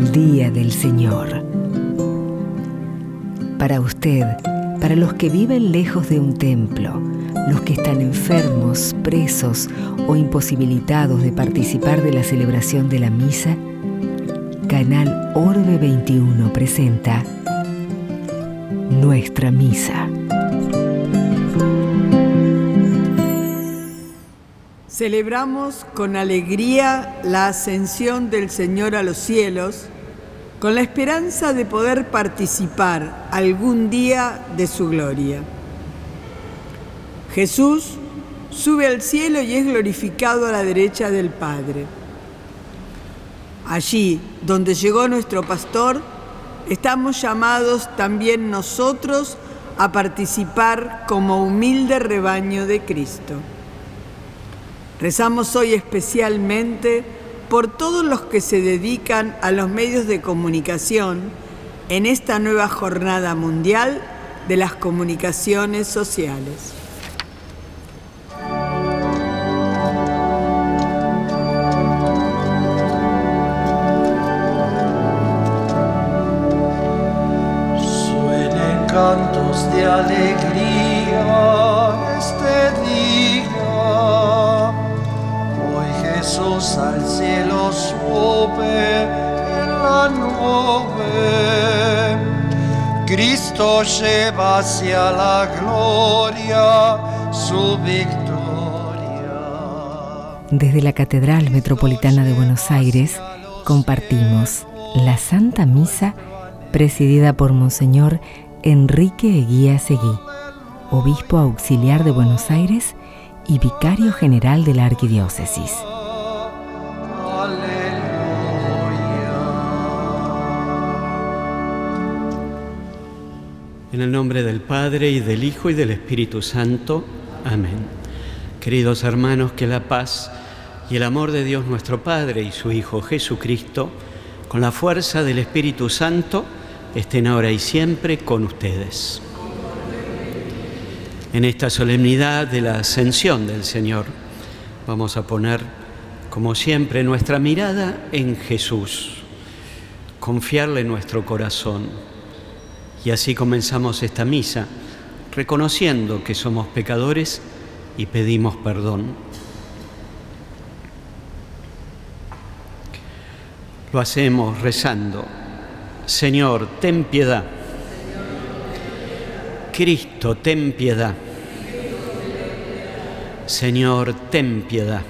el día del Señor. Para usted, para los que viven lejos de un templo, los que están enfermos, presos o imposibilitados de participar de la celebración de la misa, Canal Orbe 21 presenta Nuestra Misa. Celebramos con alegría la ascensión del Señor a los cielos, con la esperanza de poder participar algún día de su gloria. Jesús sube al cielo y es glorificado a la derecha del Padre. Allí, donde llegó nuestro pastor, estamos llamados también nosotros a participar como humilde rebaño de Cristo. Rezamos hoy especialmente por todos los que se dedican a los medios de comunicación en esta nueva jornada mundial de las comunicaciones sociales. Suenen cantos de alegría este día. Jesús al cielo sube en la nube. Cristo lleva hacia la gloria su victoria. Desde la Catedral Metropolitana de Buenos Aires compartimos la Santa Misa presidida por Monseñor Enrique Eguía Seguí, obispo auxiliar de Buenos Aires y vicario general de la Arquidiócesis. En el nombre del Padre, y del Hijo, y del Espíritu Santo. Amén. Queridos hermanos, que la paz y el amor de Dios nuestro Padre y su Hijo Jesucristo, con la fuerza del Espíritu Santo, estén ahora y siempre con ustedes. En esta solemnidad de la Ascensión del Señor, vamos a poner, como siempre, nuestra mirada en Jesús, confiarle nuestro corazón. Y así comenzamos esta misa, reconociendo que somos pecadores y pedimos perdón. Lo hacemos rezando: Señor, ten piedad. Cristo, ten piedad. Señor, ten piedad.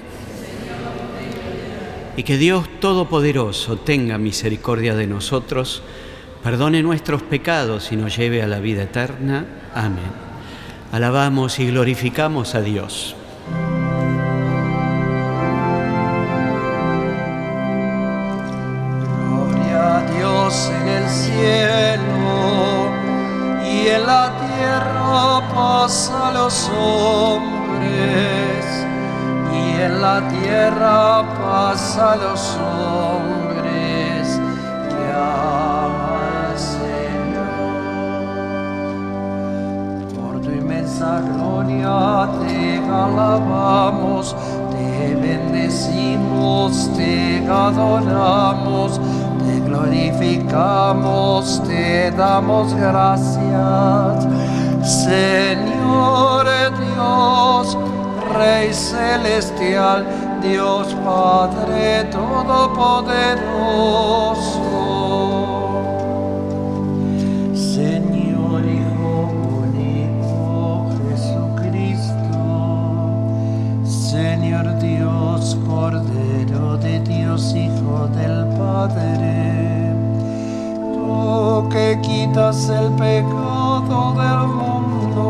Y que Dios Todopoderoso tenga misericordia de nosotros, perdone nuestros pecados y nos lleve a la vida eterna. Amén. Alabamos y glorificamos a Dios. Gloria a Dios en el cielo y en la tierra paz a los hombres, y en la tierra paz a los hombres que aman al Señor. Por tu inmensa gloria te alabamos, te bendecimos, te adoramos, te glorificamos, te damos gracias. Señor Dios, Rey celestial, Dios Padre Todopoderoso. Señor Hijo único Jesucristo, Señor Dios, Cordero de Dios, Hijo del Padre, tú que quitas el pecado del mundo,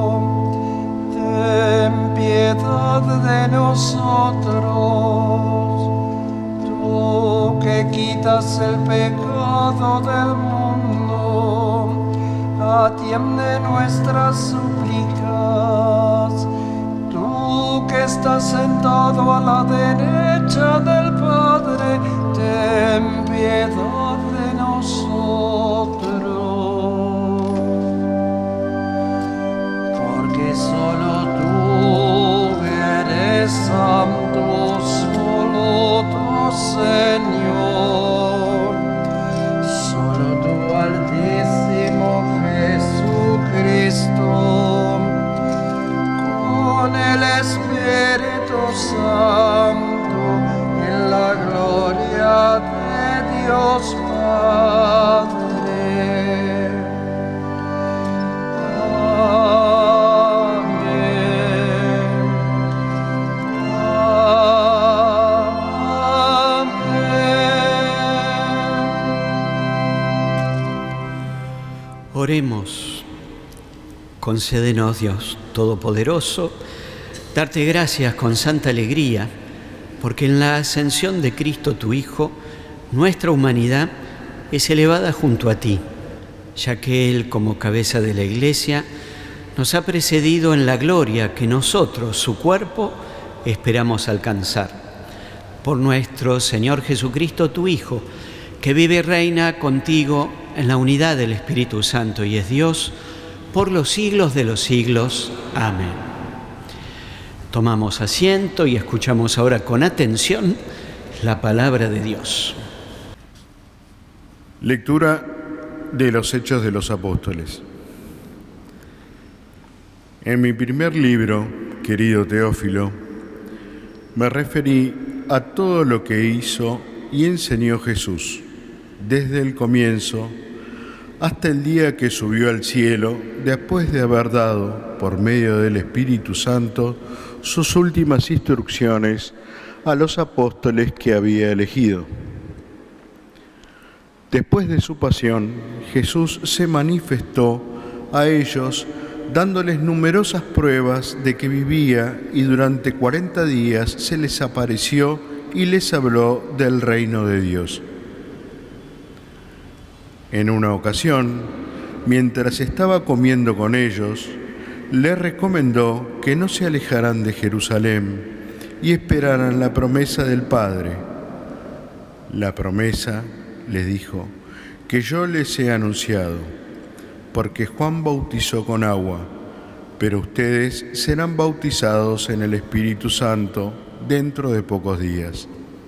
ten piedad de nosotros. Tú que quitas el pecado del mundo, atiende nuestras súplicas. Tú que estás sentado a la derecha del Padre, ten piedad de nosotros. Porque solo tú eres santo, solo tú, Señor. Oremos. Concédenos, Dios Todopoderoso, darte gracias con santa alegría, porque en la ascensión de Cristo tu Hijo, nuestra humanidad es elevada junto a ti, ya que Él, como cabeza de la Iglesia, nos ha precedido en la gloria que nosotros, su cuerpo, esperamos alcanzar. Por nuestro Señor Jesucristo, tu Hijo, que vive y reina contigo en la unidad del Espíritu Santo y es Dios, por los siglos de los siglos. Amén. Tomamos asiento y escuchamos ahora con atención la palabra de Dios. Lectura de los Hechos de los Apóstoles. En mi primer libro, querido Teófilo, me referí a todo lo que hizo y enseñó Jesús, desde el comienzo hasta el día que subió al cielo, después de haber dado, por medio del Espíritu Santo, sus últimas instrucciones a los apóstoles que había elegido. Después de su pasión, Jesús se manifestó a ellos dándoles numerosas pruebas de que vivía, y durante 40 días se les apareció y les habló del reino de Dios. En una ocasión, mientras estaba comiendo con ellos, les recomendó que no se alejaran de Jerusalén y esperaran la promesa del Padre. La promesa, les dijo, que yo les he anunciado, porque Juan bautizó con agua, pero ustedes serán bautizados en el Espíritu Santo dentro de pocos días.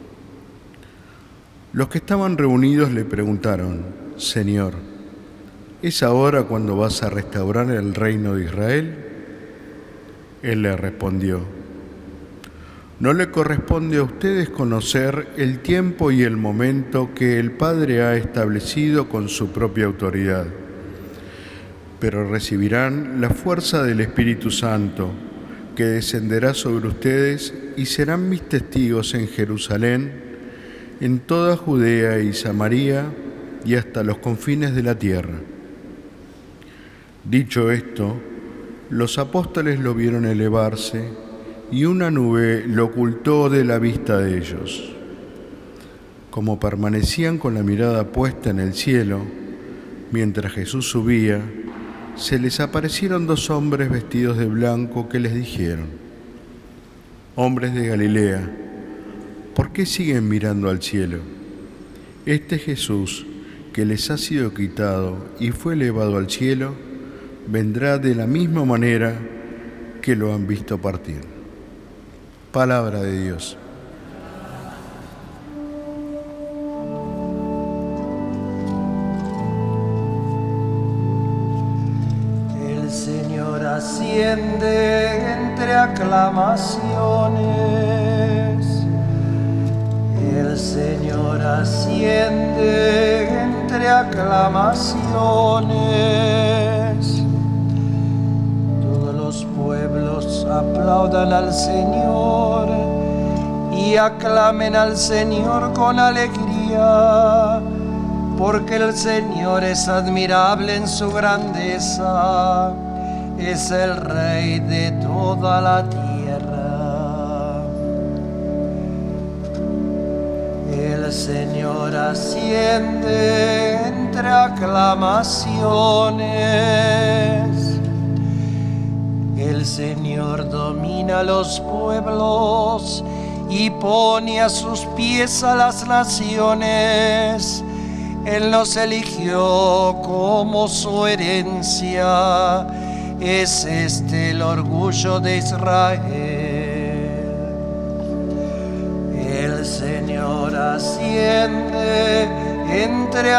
Los que estaban reunidos le preguntaron: Señor, ¿es ahora cuando vas a restaurar el reino de Israel? Él le respondió: no le corresponde a ustedes conocer el tiempo y el momento que el Padre ha establecido con su propia autoridad, pero recibirán la fuerza del Espíritu Santo, que descenderá sobre ustedes, y serán mis testigos en Jerusalén, en toda Judea y Samaria, y hasta los confines de la tierra. Dicho esto, los apóstoles lo vieron elevarse, y una nube lo ocultó de la vista de ellos. Como permanecían con la mirada puesta en el cielo, mientras Jesús subía, se les aparecieron dos hombres vestidos de blanco que les dijeron: hombres de Galilea, ¿por qué siguen mirando al cielo? Este Jesús, que les ha sido quitado y fue elevado al cielo, vendrá de la misma manera que lo han visto partir. Palabra de Dios. El Señor asciende entre aclamaciones. El Señor asciende entre aclamaciones. Todos los pueblos aplaudan al Señor y aclamen al Señor con alegría, porque el Señor es admirable en su grandeza, es el Rey de toda la tierra. El Señor asciende entre aclamaciones. El Señor domina los pueblos y pone a sus pies a las naciones. Él nos eligió como su herencia. Es este el orgullo de Israel. El Señor asciende entre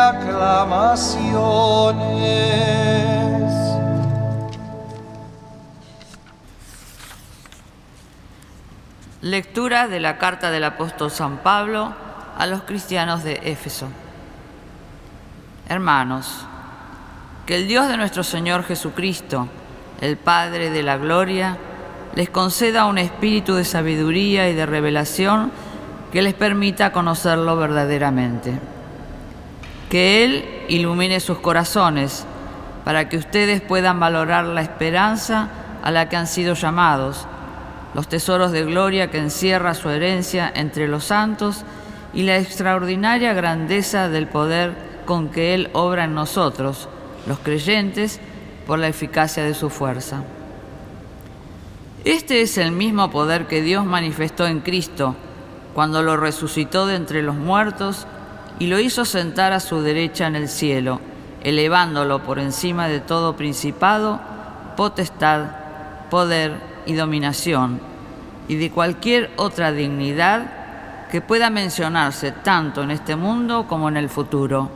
aclamaciones. Lectura de la carta del apóstol San Pablo a los cristianos de Éfeso. Hermanos, que el Dios de nuestro Señor Jesucristo, el Padre de la gloria, les conceda un espíritu de sabiduría y de revelación que les permita conocerlo verdaderamente. Que Él ilumine sus corazones para que ustedes puedan valorar la esperanza a la que han sido llamados, los tesoros de gloria que encierra su herencia entre los santos y la extraordinaria grandeza del poder con que Él obra en nosotros, los creyentes, por la eficacia de su fuerza. Este es el mismo poder que Dios manifestó en Cristo, cuando lo resucitó de entre los muertos y lo hizo sentar a su derecha en el cielo, elevándolo por encima de todo principado, potestad, poder y dominación, y de cualquier otra dignidad que pueda mencionarse tanto en este mundo como en el futuro.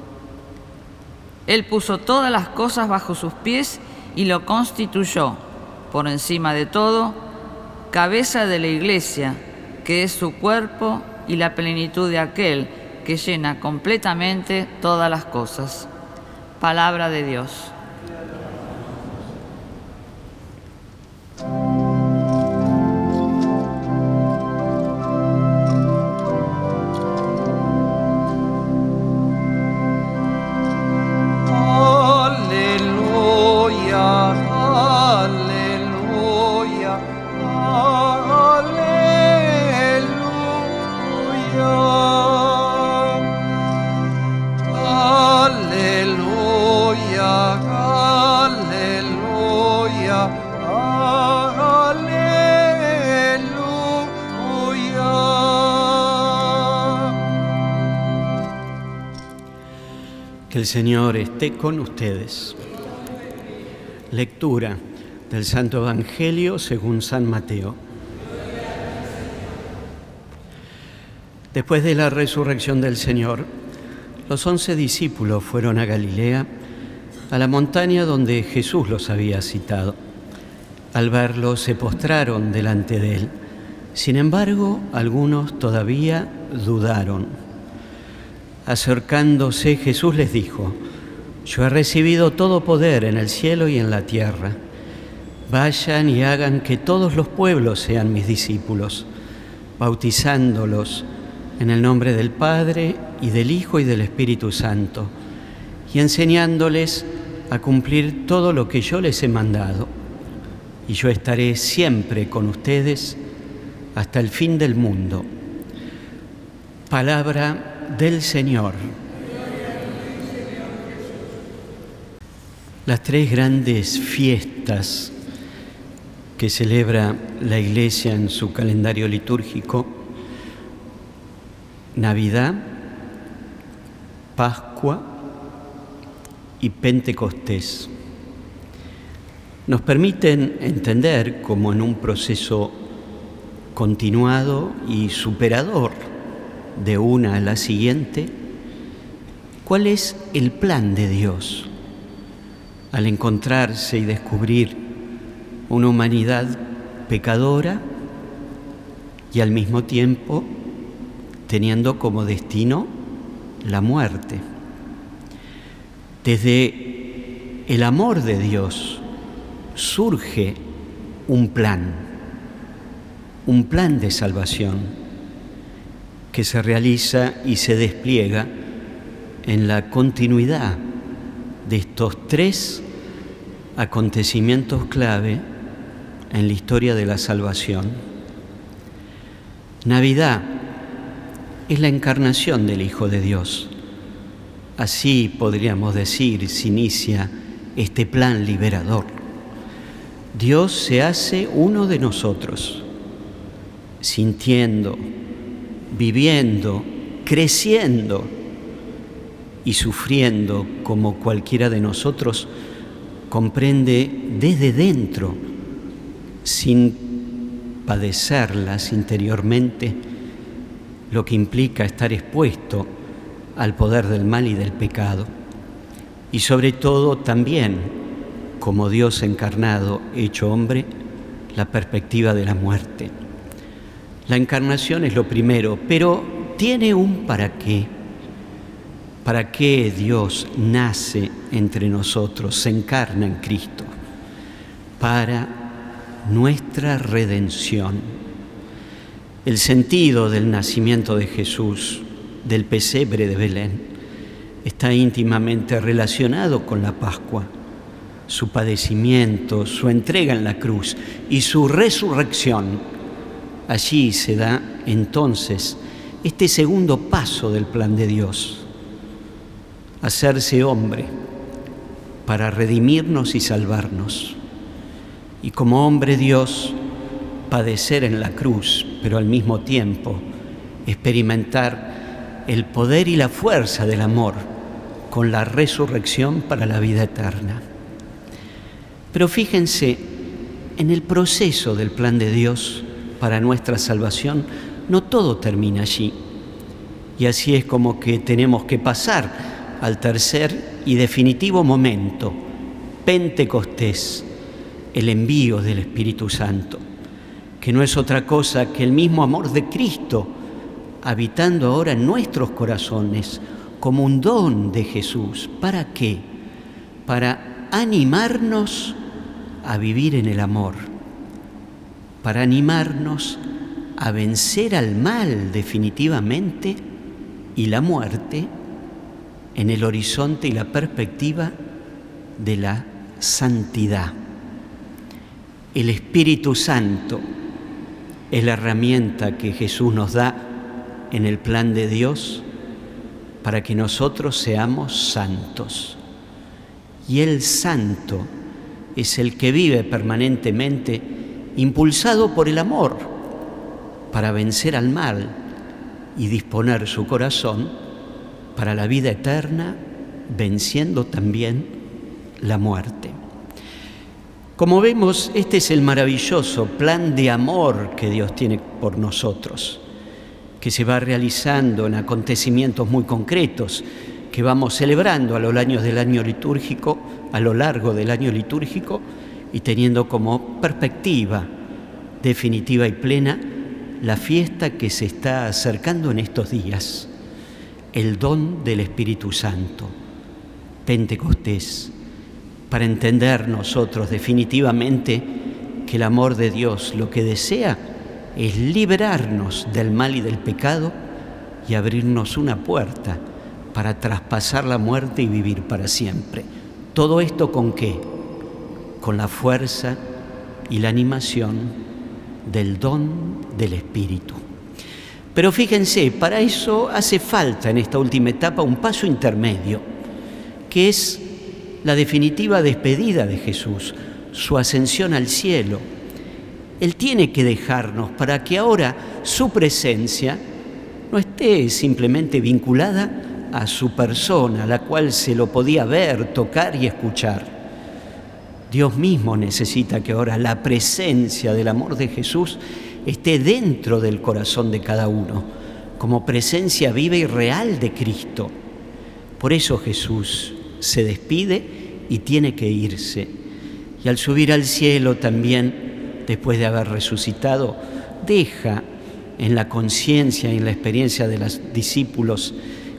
Él puso todas las cosas bajo sus pies y lo constituyó, por encima de todo, cabeza de la Iglesia, que es su cuerpo y la plenitud de aquel que llena completamente todas las cosas. Palabra de Dios. Que el Señor esté con ustedes. Lectura del Santo Evangelio según San Mateo. Después de la resurrección del Señor, los 11 discípulos fueron a Galilea, a la montaña donde Jesús los había citado. Al verlo, se postraron delante de él. Sin embargo, algunos todavía dudaron. Acercándose, Jesús les dijo: Yo he recibido todo poder en el cielo y en la tierra. Vayan y hagan que todos los pueblos sean mis discípulos, bautizándolos en el nombre del Padre y del Hijo y del Espíritu Santo, y enseñándoles a cumplir todo lo que yo les he mandado. Y yo estaré siempre con ustedes hasta el fin del mundo. Palabra del Señor. Las tres grandes fiestas que celebra la Iglesia en su calendario litúrgico, Navidad, Pascua y Pentecostés, nos permiten entender, como en un proceso continuado y superador de una a la siguiente, cuál es el plan de Dios al encontrarse y descubrir una humanidad pecadora y al mismo tiempo teniendo como destino la muerte. Desde el amor de Dios surge un plan de salvación que se realiza y se despliega en la continuidad de estos tres acontecimientos clave en la historia de la salvación. Navidad es la encarnación del Hijo de Dios. Así podríamos decir, se inicia este plan liberador. Dios se hace uno de nosotros, sintiendo, viviendo, creciendo y sufriendo como cualquiera de nosotros comprende desde dentro, sin padecerlas interiormente, lo que implica estar expuesto al poder del mal y del pecado. Y sobre todo también, como Dios encarnado, hecho hombre, la perspectiva de la muerte. La encarnación es lo primero, pero tiene un para qué. ¿Para qué Dios nace entre nosotros, se encarna en Cristo? Para nuestra redención. El sentido del nacimiento de Jesús, del pesebre de Belén, está íntimamente relacionado con la Pascua, su padecimiento, su entrega en la cruz y su resurrección, allí se da entonces este segundo paso del plan de Dios: hacerse hombre para redimirnos y salvarnos. Y como hombre Dios, padecer en la cruz, pero al mismo tiempo experimentar el poder y la fuerza del amor con la resurrección para la vida eterna. Pero fíjense, en el proceso del plan de Dios para nuestra salvación, no todo termina allí. Y así es como que tenemos que pasar al tercer y definitivo momento, Pentecostés, el envío del Espíritu Santo, que no es otra cosa que el mismo amor de Cristo habitando ahora en nuestros corazones como un don de Jesús. ¿Para qué? Para animarnos a vivir en el amor, para animarnos a vencer al mal definitivamente y la muerte en el horizonte y la perspectiva de la santidad. El Espíritu Santo es la herramienta que Jesús nos da en el plan de Dios para que nosotros seamos santos. Y el santo es el que vive permanentemente impulsado por el amor para vencer al mal y disponer su corazón para la vida eterna, venciendo también la muerte. Como vemos, este es el maravilloso plan de amor que Dios tiene por nosotros, que se va realizando en acontecimientos muy concretos que vamos celebrando a lo largo del año litúrgico, y teniendo como perspectiva definitiva y plena la fiesta que se está acercando en estos días, el don del Espíritu Santo, Pentecostés, para entender nosotros definitivamente que el amor de Dios lo que desea es liberarnos del mal y del pecado y abrirnos una puerta para traspasar la muerte y vivir para siempre. ¿Todo esto con qué? Con la fuerza y la animación del don del Espíritu. Pero fíjense, para eso hace falta en esta última etapa un paso intermedio, que es la definitiva despedida de Jesús, su ascensión al cielo. Él tiene que dejarnos para que ahora su presencia no esté simplemente vinculada a su persona, a la cual se lo podía ver, tocar y escuchar. Dios mismo necesita que ahora la presencia del amor de Jesús esté dentro del corazón de cada uno, como presencia viva y real de Cristo. Por eso Jesús se despide y tiene que irse. Y al subir al cielo también, después de haber resucitado, deja en la conciencia y en la experiencia de los discípulos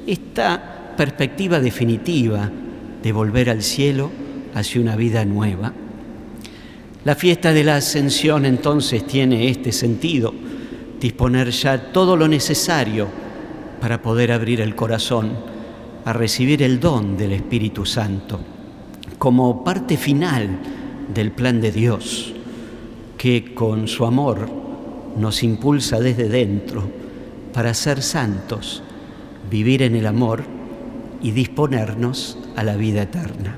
esta perspectiva definitiva de volver al cielo hacia una vida nueva. La fiesta de la Ascensión entonces tiene este sentido: disponer ya todo lo necesario para poder abrir el corazón a recibir el don del Espíritu Santo como parte final del plan de Dios, que con su amor nos impulsa desde dentro para ser santos, vivir en el amor y disponernos a la vida eterna.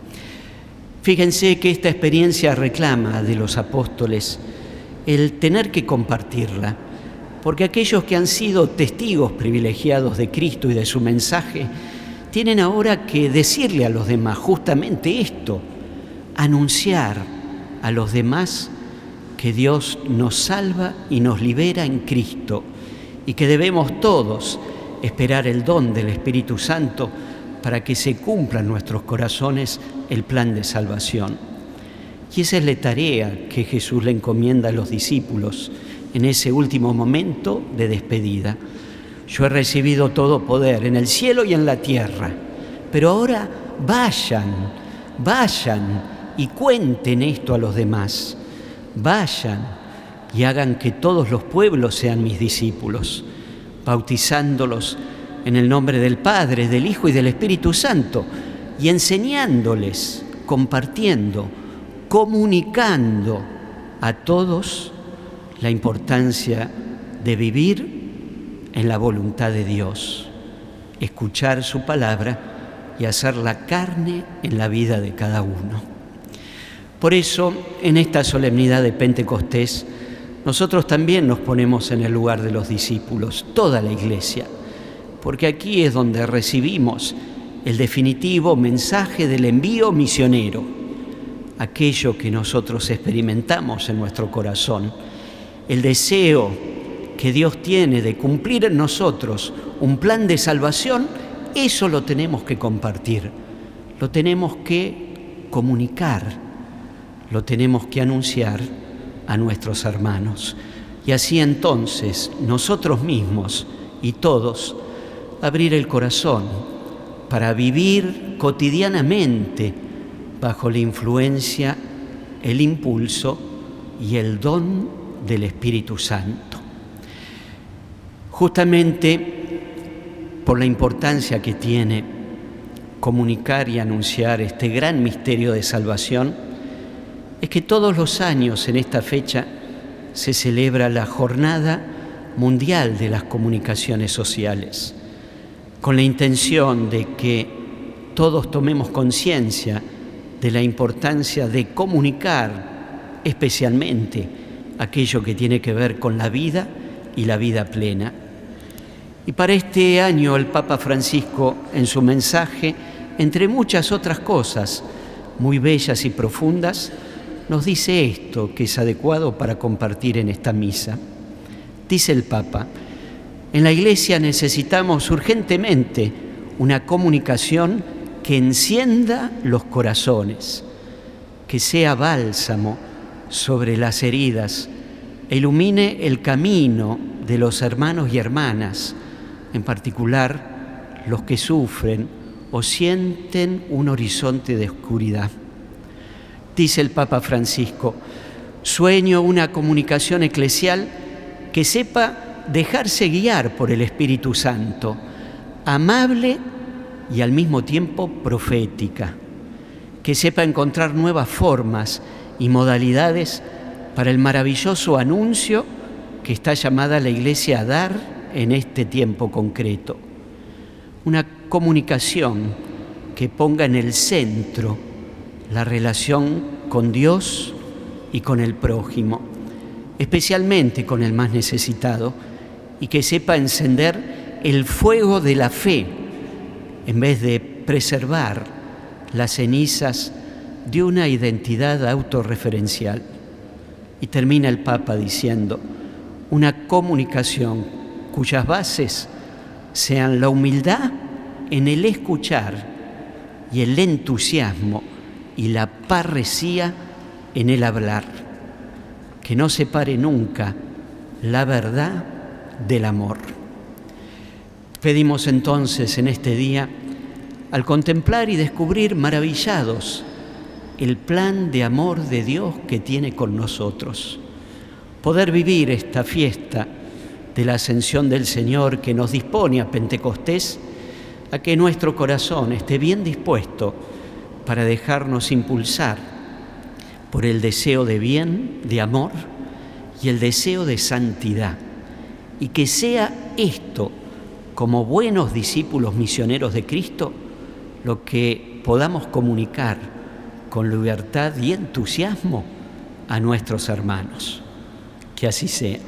Fíjense que esta experiencia reclama de los apóstoles el tener que compartirla, porque aquellos que han sido testigos privilegiados de Cristo y de su mensaje tienen ahora que decirle a los demás justamente esto, anunciar a los demás que Dios nos salva y nos libera en Cristo y que debemos todos esperar el don del Espíritu Santo para que se cumpla en nuestros corazones el plan de salvación. Y esa es la tarea que Jesús le encomienda a los discípulos en ese último momento de despedida. Yo he recibido todo poder en el cielo y en la tierra, pero ahora vayan y cuenten esto a los demás. Vayan y hagan que todos los pueblos sean mis discípulos, bautizándolos en el nombre del Padre, del Hijo y del Espíritu Santo, y enseñándoles compartiendo, comunicando a todos la importancia de vivir en la voluntad de Dios, escuchar su palabra y hacerla carne en la vida de cada uno. Por eso, en esta solemnidad de Pentecostés, nosotros también nos ponemos en el lugar de los discípulos, toda la Iglesia, porque aquí es donde recibimos el definitivo mensaje del envío misionero, aquello que nosotros experimentamos en nuestro corazón, el deseo que Dios tiene de cumplir en nosotros un plan de salvación. Eso lo tenemos que compartir, lo tenemos que comunicar, lo tenemos que anunciar a nuestros hermanos. Y así entonces nosotros mismos y todos abrir el corazón para vivir cotidianamente bajo la influencia, el impulso y el don del Espíritu Santo. Justamente por la importancia que tiene comunicar y anunciar este gran misterio de salvación, es que todos los años en esta fecha se celebra la Jornada Mundial de las Comunicaciones Sociales, con la intención de que todos tomemos conciencia de la importancia de comunicar especialmente aquello que tiene que ver con la vida y la vida plena. Y para este año el Papa Francisco, en su mensaje, entre muchas otras cosas muy bellas y profundas, nos dice esto que es adecuado para compartir en esta misa. Dice el Papa: en la Iglesia necesitamos urgentemente una comunicación que encienda los corazones, que sea bálsamo sobre las heridas e ilumine el camino de los hermanos y hermanas, en particular los que sufren o sienten un horizonte de oscuridad. Dice el Papa Francisco: sueño una comunicación eclesial que sepa dejarse guiar por el Espíritu Santo, amable y al mismo tiempo profética, que sepa encontrar nuevas formas y modalidades para el maravilloso anuncio que está llamada la Iglesia a dar en este tiempo concreto. Una comunicación que ponga en el centro la relación con Dios y con el prójimo, especialmente con el más necesitado, y que sepa encender el fuego de la fe en vez de preservar las cenizas de una identidad autorreferencial. Y termina el Papa diciendo: una comunicación cuyas bases sean la humildad en el escuchar y el entusiasmo y la parresía en el hablar, que no separe nunca la verdad del amor. Pedimos entonces en este día, al contemplar y descubrir maravillados el plan de amor de Dios que tiene con nosotros, poder vivir esta fiesta de la Ascensión del Señor que nos dispone a Pentecostés, a que nuestro corazón esté bien dispuesto para dejarnos impulsar por el deseo de bien, de amor y el deseo de santidad, y que sea esto, como buenos discípulos misioneros de Cristo, lo que podamos comunicar con libertad y entusiasmo a nuestros hermanos. Que así sea.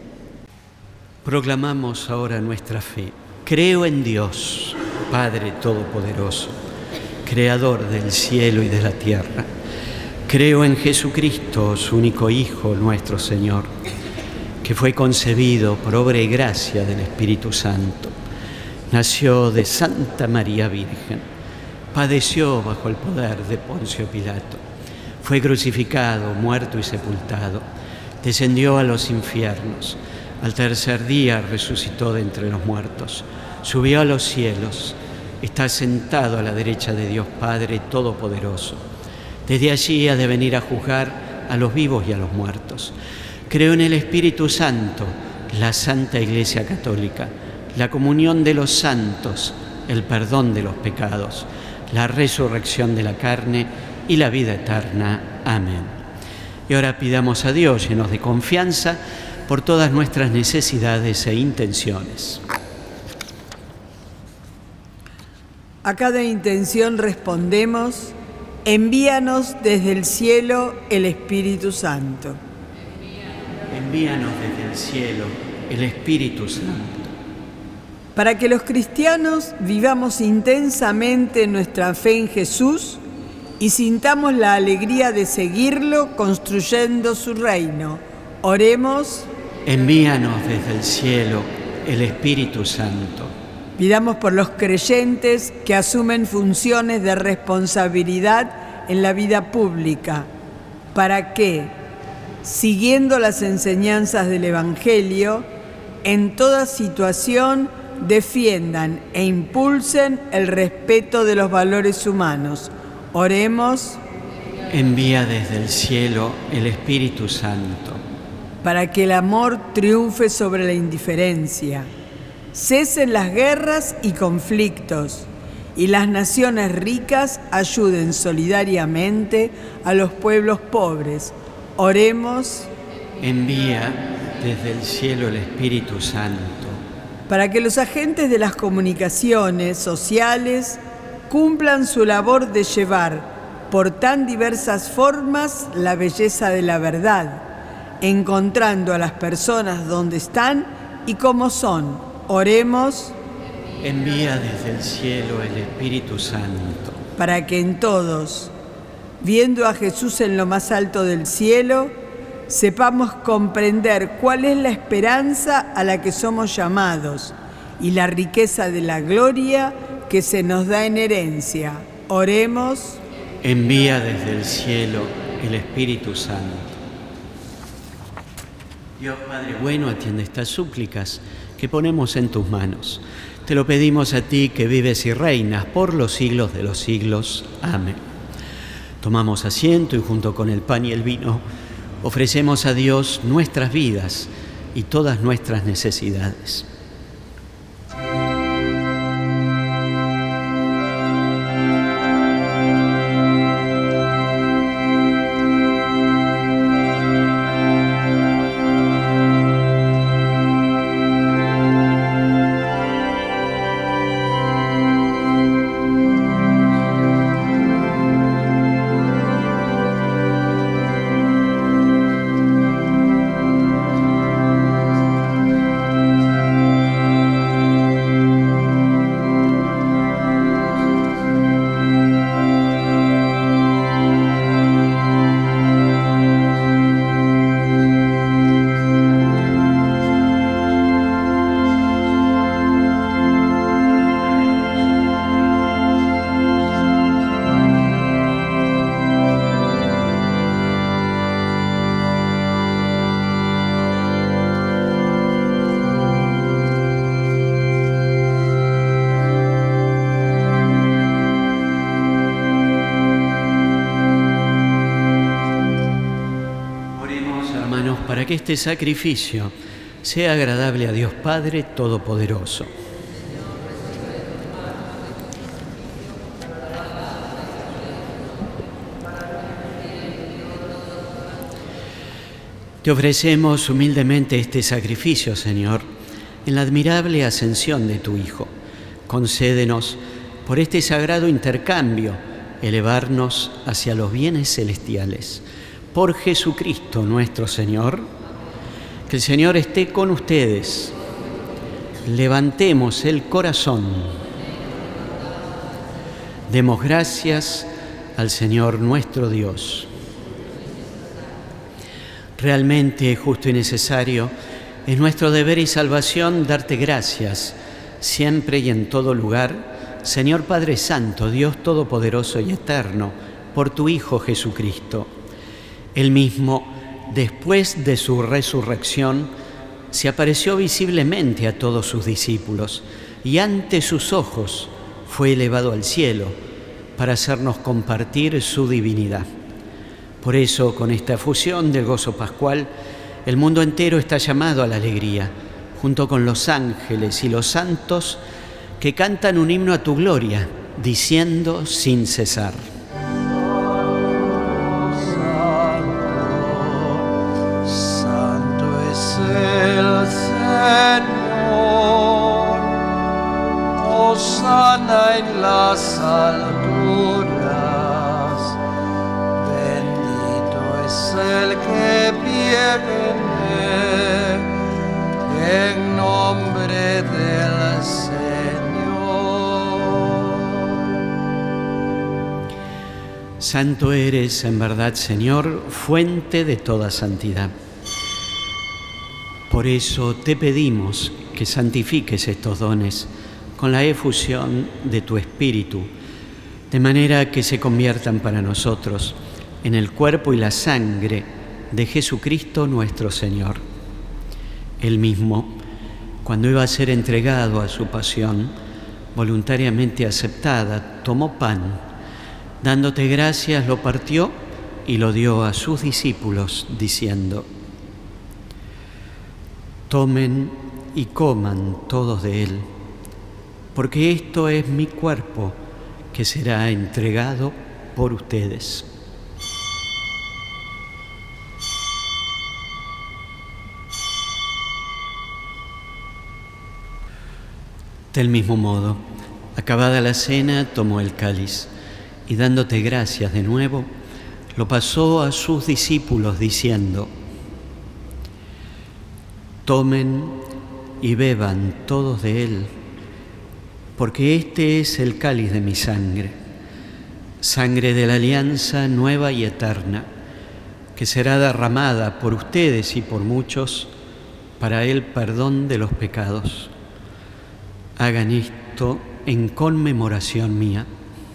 Proclamamos ahora nuestra fe. Creo en Dios, Padre Todopoderoso, Creador del cielo y de la tierra. Creo en Jesucristo, su único Hijo, nuestro Señor, que fue concebido por obra y gracia del Espíritu Santo. Nació de Santa María Virgen, padeció bajo el poder de Poncio Pilato, fue crucificado, muerto y sepultado, descendió a los infiernos, al tercer día resucitó de entre los muertos, subió a los cielos, está sentado a la derecha de Dios Padre Todopoderoso. Desde allí ha de venir a juzgar a los vivos y a los muertos. Creo en el Espíritu Santo, la Santa Iglesia Católica, la comunión de los santos, el perdón de los pecados, la resurrección de la carne y la vida eterna. Amén. Y ahora pidamos a Dios, llenos de confianza, por todas nuestras necesidades e intenciones. A cada intención respondemos: envíanos desde el cielo el Espíritu Santo. Envíanos desde el cielo el Espíritu Santo. Para que los cristianos vivamos intensamente nuestra fe en Jesús y sintamos la alegría de seguirlo construyendo su reino. Oremos. Envíanos desde el cielo el Espíritu Santo. Pidamos por los creyentes que asumen funciones de responsabilidad en la vida pública, para que, siguiendo las enseñanzas del Evangelio, en toda situación defiendan e impulsen el respeto de los valores humanos. Oremos. Envía desde el cielo el Espíritu Santo. Para que el amor triunfe sobre la indiferencia, cesen las guerras y conflictos, y las naciones ricas ayuden solidariamente a los pueblos pobres. Oremos. Envía desde el cielo el Espíritu Santo. Para que los agentes de las comunicaciones sociales cumplan su labor de llevar por tan diversas formas la belleza de la verdad, encontrando a las personas donde están y como son. Oremos. Envía desde el cielo el Espíritu Santo. Para que en todos, viendo a Jesús en lo más alto del cielo, sepamos comprender cuál es la esperanza a la que somos llamados y la riqueza de la gloria que se nos da en herencia. Oremos. Envía desde el cielo el Espíritu Santo. Dios Padre bueno, atiende estas súplicas que ponemos en tus manos. Te lo pedimos a ti que vives y reinas por los siglos de los siglos. Amén. Tomamos asiento y junto con el pan y el vino ofrecemos a Dios nuestras vidas y todas nuestras necesidades. Para que este sacrificio sea agradable a Dios Padre Todopoderoso. Te ofrecemos humildemente este sacrificio, Señor, en la admirable ascensión de tu Hijo. Concédenos, por este sagrado intercambio, elevarnos hacia los bienes celestiales. Por Jesucristo nuestro Señor. Que el Señor esté con ustedes. Levantemos el corazón. Demos gracias al Señor nuestro Dios. Realmente justo y necesario es nuestro deber y salvación darte gracias, siempre y en todo lugar, Señor Padre Santo, Dios Todopoderoso y Eterno, por tu Hijo Jesucristo. Él mismo, después de su resurrección, se apareció visiblemente a todos sus discípulos y ante sus ojos fue elevado al cielo para hacernos compartir su divinidad. Por eso, con esta fusión del gozo pascual, el mundo entero está llamado a la alegría, junto con los ángeles y los santos que cantan un himno a tu gloria, diciendo sin cesar: en nombre del Señor. Santo eres en verdad, Señor, fuente de toda santidad. Por eso te pedimos que santifiques estos dones con la efusión de tu Espíritu, de manera que se conviertan para nosotros en el cuerpo y la sangre de Jesucristo nuestro Señor. Él mismo, cuando iba a ser entregado a su pasión, voluntariamente aceptada, tomó pan, dándote gracias, lo partió y lo dio a sus discípulos, diciendo: tomen y coman todos de él, porque esto es mi cuerpo que será entregado por ustedes. Del mismo modo, acabada la cena, tomó el cáliz y dándote gracias de nuevo, lo pasó a sus discípulos diciendo: tomen y beban todos de él, porque este es el cáliz de mi sangre, sangre de la alianza nueva y eterna, que será derramada por ustedes y por muchos para el perdón de los pecados. Hagan esto en conmemoración mía.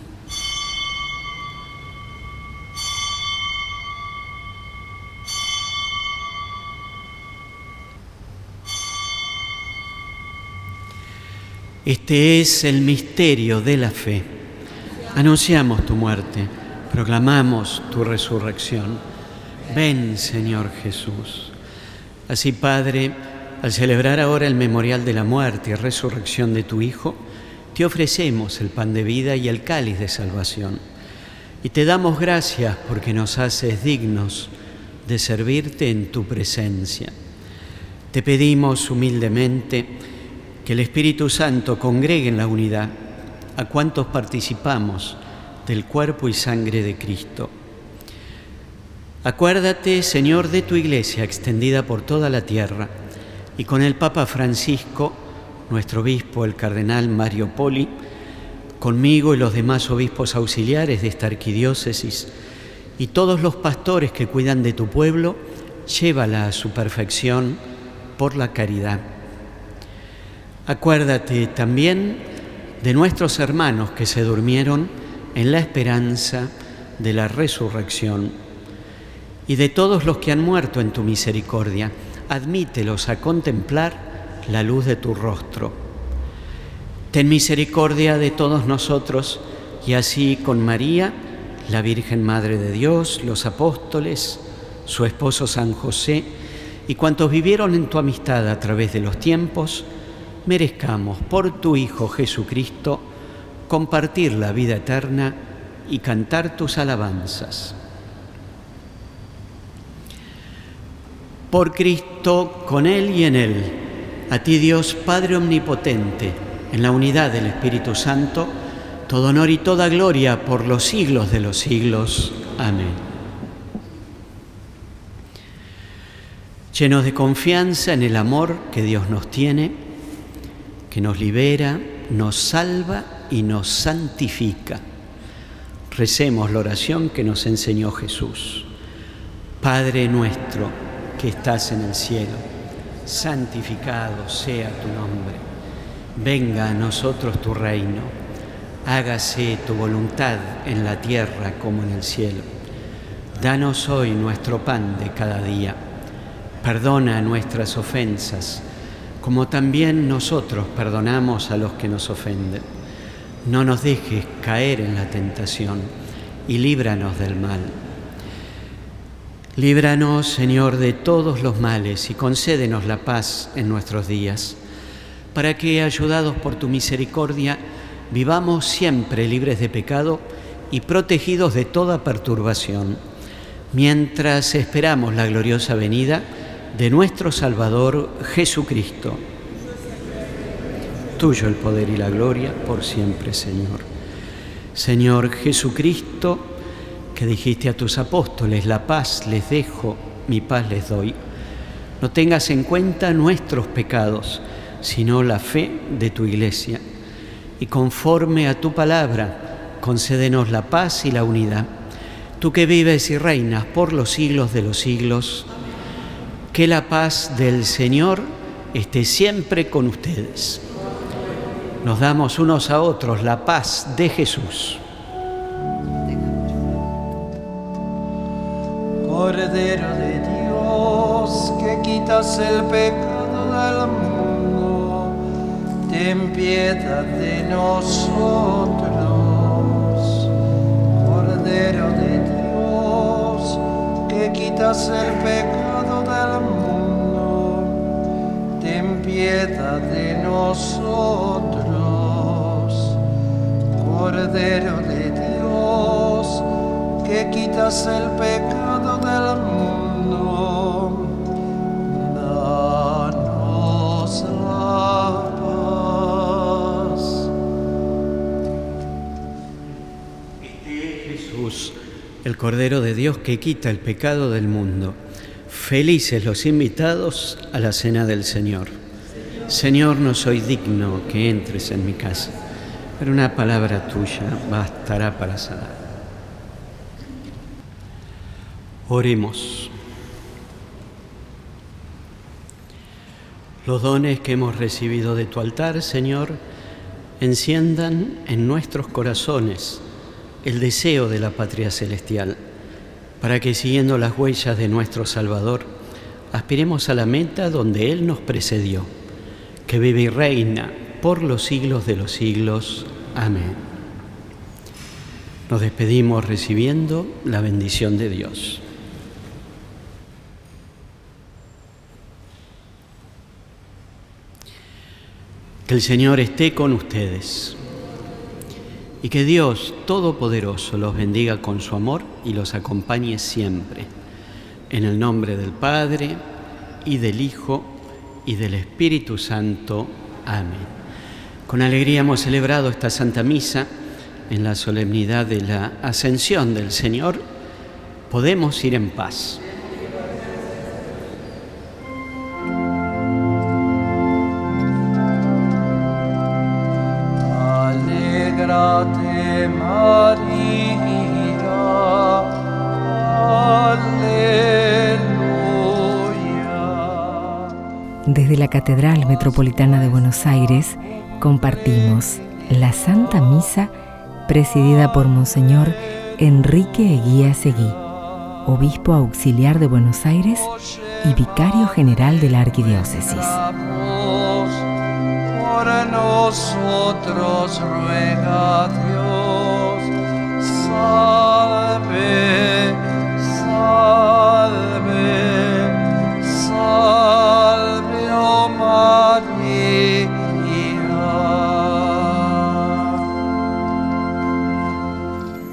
Este es el misterio de la fe. Anunciamos tu muerte, proclamamos tu resurrección. Ven, Señor Jesús. Así, Padre, al celebrar ahora el memorial de la muerte y resurrección de tu Hijo, te ofrecemos el pan de vida y el cáliz de salvación. Y te damos gracias porque nos haces dignos de servirte en tu presencia. Te pedimos humildemente que el Espíritu Santo congregue en la unidad a cuantos participamos del cuerpo y sangre de Cristo. Acuérdate, Señor, de tu Iglesia extendida por toda la tierra, y con el Papa Francisco, nuestro obispo, el cardenal Mario Poli, conmigo y los demás obispos auxiliares de esta arquidiócesis, y todos los pastores que cuidan de tu pueblo, llévala a su perfección por la caridad. Acuérdate también de nuestros hermanos que se durmieron en la esperanza de la resurrección y de todos los que han muerto en tu misericordia. Admítelos a contemplar la luz de tu rostro. Ten misericordia de todos nosotros y así con María, la Virgen Madre de Dios, los apóstoles, su esposo San José y cuantos vivieron en tu amistad a través de los tiempos, merezcamos por tu Hijo Jesucristo compartir la vida eterna y cantar tus alabanzas. Por Cristo, con Él y en Él, a ti Dios Padre Omnipotente, en la unidad del Espíritu Santo, todo honor y toda gloria por los siglos de los siglos. Amén. Llenos de confianza en el amor que Dios nos tiene, que nos libera, nos salva y nos santifica. Recemos la oración que nos enseñó Jesús. Padre nuestro que estás en el cielo, santificado sea tu nombre. Venga a nosotros tu reino. Hágase tu voluntad en la tierra como en el cielo. Danos hoy nuestro pan de cada día. Perdona nuestras ofensas, como también nosotros perdonamos a los que nos ofenden. No nos dejes caer en la tentación y líbranos del mal. Líbranos, Señor, de todos los males y concédenos la paz en nuestros días, para que, ayudados por tu misericordia, vivamos siempre libres de pecado y protegidos de toda perturbación, mientras esperamos la gloriosa venida de nuestro Salvador Jesucristo. Tuyo el poder y la gloria por siempre, Señor. Señor Jesucristo, que dijiste a tus apóstoles: la paz les dejo, mi paz les doy. no tengas en cuenta nuestros pecados, sino la fe de tu Iglesia. Y conforme a tu palabra, concédenos la paz y la unidad. Tú que vives y reinas por los siglos de los siglos, que la paz del Señor esté siempre con ustedes. Nos damos unos a otros la paz de Jesús. Cordero de Dios, que quitas el pecado del mundo, ten piedad de nosotros. Cordero de Dios, que quitas el pecado del mundo, ten piedad de nosotros. Cordero de Dios, que quitas el pecado del mundo, danos la paz. Jesús, el Cordero de Dios que quita el pecado del mundo. Felices los invitados a la cena del Señor. Señor, no soy digno que entres en mi casa, pero una palabra tuya bastará para sanar. Oremos. Los dones que hemos recibido de tu altar, Señor, enciendan en nuestros corazones el deseo de la patria celestial, para que, siguiendo las huellas de nuestro Salvador, aspiremos a la meta donde Él nos precedió, que vive y reina por los siglos de los siglos. Amén. Nos despedimos recibiendo la bendición de Dios. Que el Señor esté con ustedes y que Dios Todopoderoso los bendiga con su amor y los acompañe siempre. En el nombre del Padre, y del Hijo, y del Espíritu Santo. Amén. Con alegría hemos celebrado esta Santa Misa en la solemnidad de la Ascensión del Señor. Podemos ir en paz. Alegrate María, aleluya. Desde la Catedral Metropolitana de Buenos Aires compartimos la Santa Misa presidida por Monseñor Enrique Eguía Seguí, obispo auxiliar de Buenos Aires y vicario general de la Arquidiócesis. Por nosotros ruega Dios.